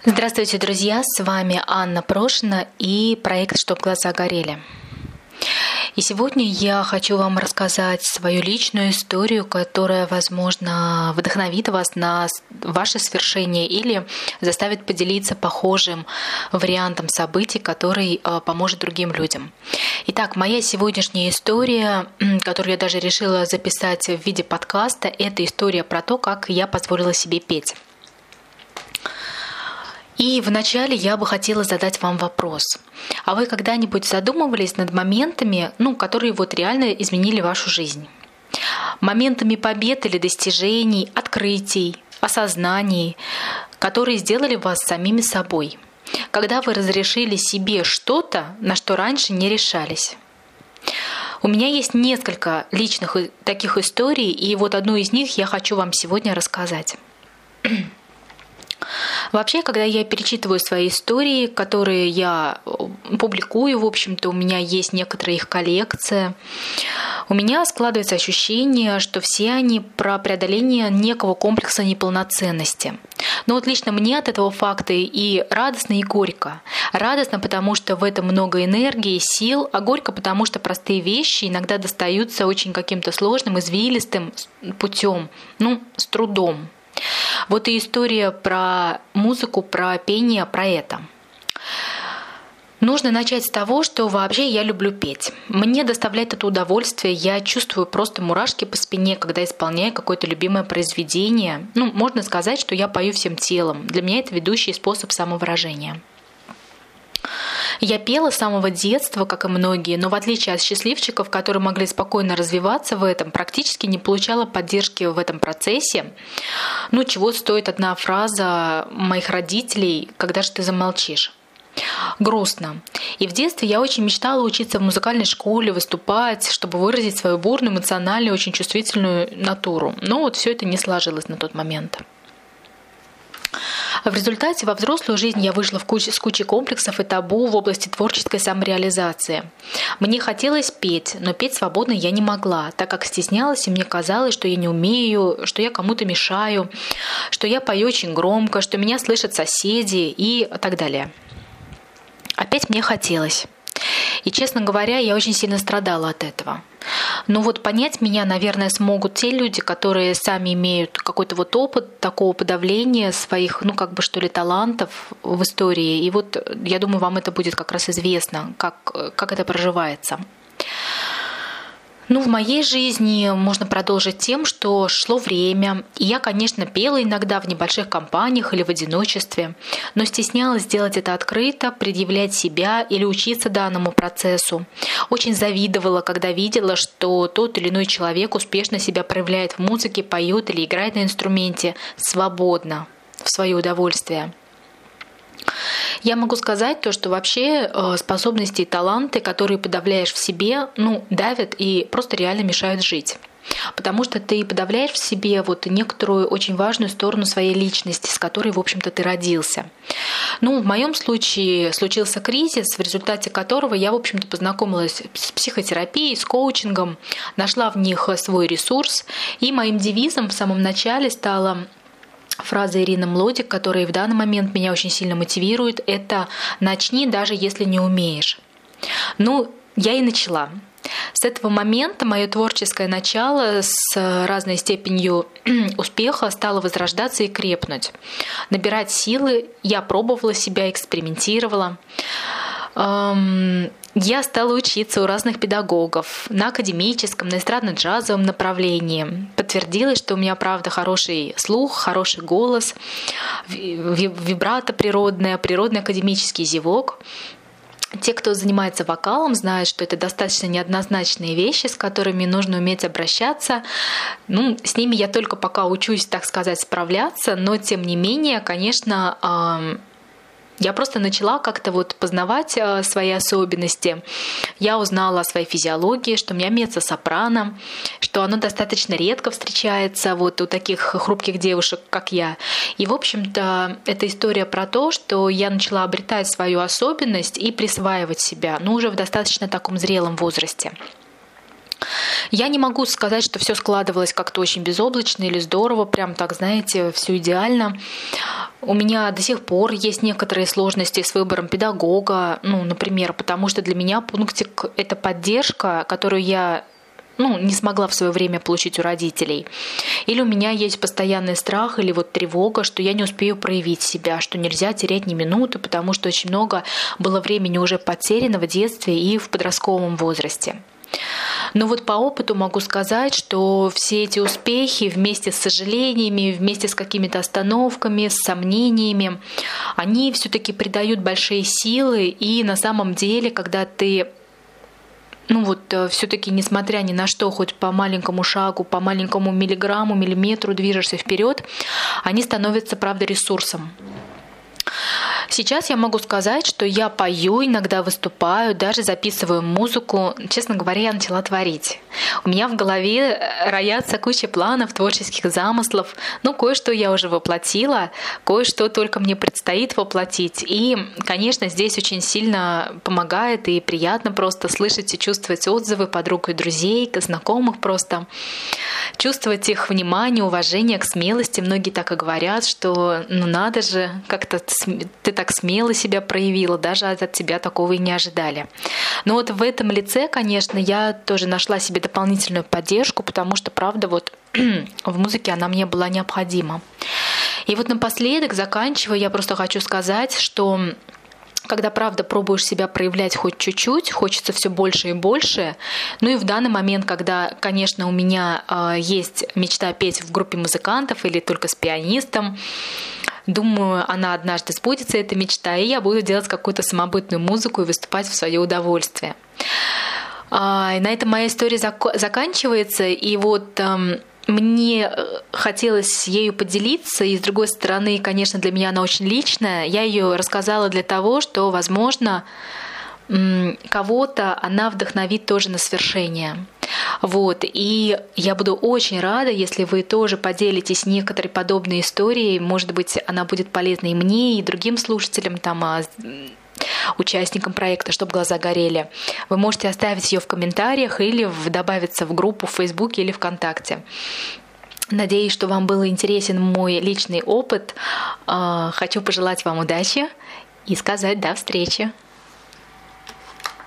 Здравствуйте, друзья! С вами Анна Прошина и проект «Чтоб глаза горели». И сегодня я хочу вам рассказать свою личную историю, которая, возможно, вдохновит вас на ваше свершение или заставит поделиться похожим вариантом событий, который поможет другим людям. Итак, моя сегодняшняя история, которую я даже решила записать в виде подкаста, это история про то, как я позволила себе петь. И вначале я бы хотела задать вам вопрос. А вы когда-нибудь задумывались над моментами, которые реально изменили вашу жизнь? Моментами побед или достижений, открытий, осознаний, которые сделали вас самими собой? Когда вы разрешили себе что-то, на что раньше не решались? У меня есть несколько личных таких историй, и одну из них я хочу вам сегодня рассказать. Вообще, когда я перечитываю свои истории, которые я публикую, в общем-то, у меня есть некоторая их коллекция, у меня складывается ощущение, что все они про преодоление некого комплекса неполноценности. Но лично мне от этого факта и радостно, и горько. Радостно, потому что в этом много энергии, сил, а горько, потому что простые вещи иногда достаются очень каким-то сложным, извилистым путем, с трудом. И история про музыку, про пение, про это. Нужно начать с того, что вообще я люблю петь. Мне доставляет это удовольствие, я чувствую просто мурашки по спине, когда исполняю какое-то любимое произведение. Можно сказать, что я пою всем телом. Для меня это ведущий способ самовыражения. Я пела с самого детства, как и многие, но в отличие от счастливчиков, которые могли спокойно развиваться в этом, практически не получала поддержки в этом процессе. Чего стоит одна фраза моих родителей: «Когда же ты замолчишь?» Грустно. И в детстве я очень мечтала учиться в музыкальной школе, выступать, чтобы выразить свою бурную, эмоциональную, очень чувствительную натуру. Но все это не сложилось на тот момент. В результате во взрослую жизнь я вышла с кучей комплексов и табу в области творческой самореализации. Мне хотелось петь, но петь свободно я не могла, так как стеснялась, и мне казалось, что я не умею, что я кому-то мешаю, что я пою очень громко, что меня слышат соседи и так далее. Опять мне хотелось. И, честно говоря, я очень сильно страдала от этого. Но понять меня, наверное, смогут те люди, которые сами имеют какой-то опыт такого подавления своих, талантов в истории. И я думаю, вам это будет как раз известно, как это проживается. В моей жизни можно продолжить тем, что шло время, и я, конечно, пела иногда в небольших компаниях или в одиночестве, но стеснялась делать это открыто, предъявлять себя или учиться данному процессу. Очень завидовала, когда видела, что тот или иной человек успешно себя проявляет в музыке, поет или играет на инструменте свободно, в свое удовольствие. Я могу сказать то, что вообще способности и таланты, которые подавляешь в себе, давят и просто реально мешают жить. Потому что ты подавляешь в себе некоторую очень важную сторону своей личности, с которой, в общем-то, ты родился. В моем случае случился кризис, в результате которого я, в общем-то, познакомилась с психотерапией, с коучингом, нашла в них свой ресурс, и моим девизом в самом начале стала фраза Ирины Млодик, которая в данный момент меня очень сильно мотивирует, это «начни, даже если не умеешь». Я и начала. С этого момента мое творческое начало с разной степенью успеха стало возрождаться и крепнуть. Набирать силы, я пробовала себя, экспериментировала. Я стала учиться у разных педагогов на академическом, на эстрадно-джазовом направлении. Подтвердилось, что у меня, правда, хороший слух, хороший голос, вибрато природное, природный академический зевок. Те, кто занимается вокалом, знают, что это достаточно неоднозначные вещи, с которыми нужно уметь обращаться. С ними я только пока учусь, так сказать, справляться, но тем не менее, конечно, я просто начала как-то познавать свои особенности. Я узнала о своей физиологии, что у меня меццо-сопрано, что оно достаточно редко встречается у таких хрупких девушек, как я. И, в общем-то, это история про то, что я начала обретать свою особенность и присваивать себя, уже в достаточно таком зрелом возрасте. Я не могу сказать, что все складывалось как-то очень безоблачно или здорово, прям так, знаете, все идеально. У меня до сих пор есть некоторые сложности с выбором педагога, например, потому что для меня пунктик — это поддержка, которую я не смогла в свое время получить у родителей. Или у меня есть постоянный страх или тревога, что я не успею проявить себя, что нельзя терять ни минуты, потому что очень много было времени уже потеряно в детстве и в подростковом возрасте. Но по опыту могу сказать, что все эти успехи вместе с сожалениями, вместе с какими-то остановками, с сомнениями, они все-таки придают большие силы. И на самом деле, когда ты все-таки, несмотря ни на что, хоть по маленькому шагу, по маленькому миллиграмму, миллиметру движешься вперед, они становятся, правда, ресурсом. Сейчас я могу сказать, что я пою, иногда выступаю, даже записываю музыку. Честно говоря, я начала творить. У меня в голове роятся куча планов, творческих замыслов. Кое-что я уже воплотила, кое-что только мне предстоит воплотить. И, конечно, здесь очень сильно помогает и приятно просто слышать и чувствовать отзывы подруг и друзей, знакомых просто. Чувствовать их внимание, уважение к смелости. Многие так и говорят, что надо же, как-то ты так смело себя проявила, даже от тебя такого и не ожидали. Но в этом лице, конечно, я тоже нашла себе дополнительную поддержку, потому что, правда, в музыке она мне была необходима. И напоследок, заканчивая, я просто хочу сказать, что когда, правда, пробуешь себя проявлять хоть чуть-чуть, хочется все больше и больше. И в данный момент, когда, конечно, у меня есть мечта петь в группе музыкантов или только с пианистом, думаю, она однажды сбудется, эта мечта, и я буду делать какую-то самобытную музыку и выступать в свое удовольствие. И на этом моя история заканчивается, и мне хотелось ею поделиться, и с другой стороны, конечно, для меня она очень личная. Я ее рассказала для того, что, возможно, кого-то она вдохновит тоже на свершение. И я буду очень рада, если вы тоже поделитесь некоторой подобной историей. Может быть, она будет полезна и мне, и другим слушателям, участникам проекта «Чтоб глаза горели». Вы можете оставить ее в комментариях или добавиться в группу в Фейсбуке или ВКонтакте. Надеюсь, что вам был интересен мой личный опыт. Хочу пожелать вам удачи и сказать до встречи.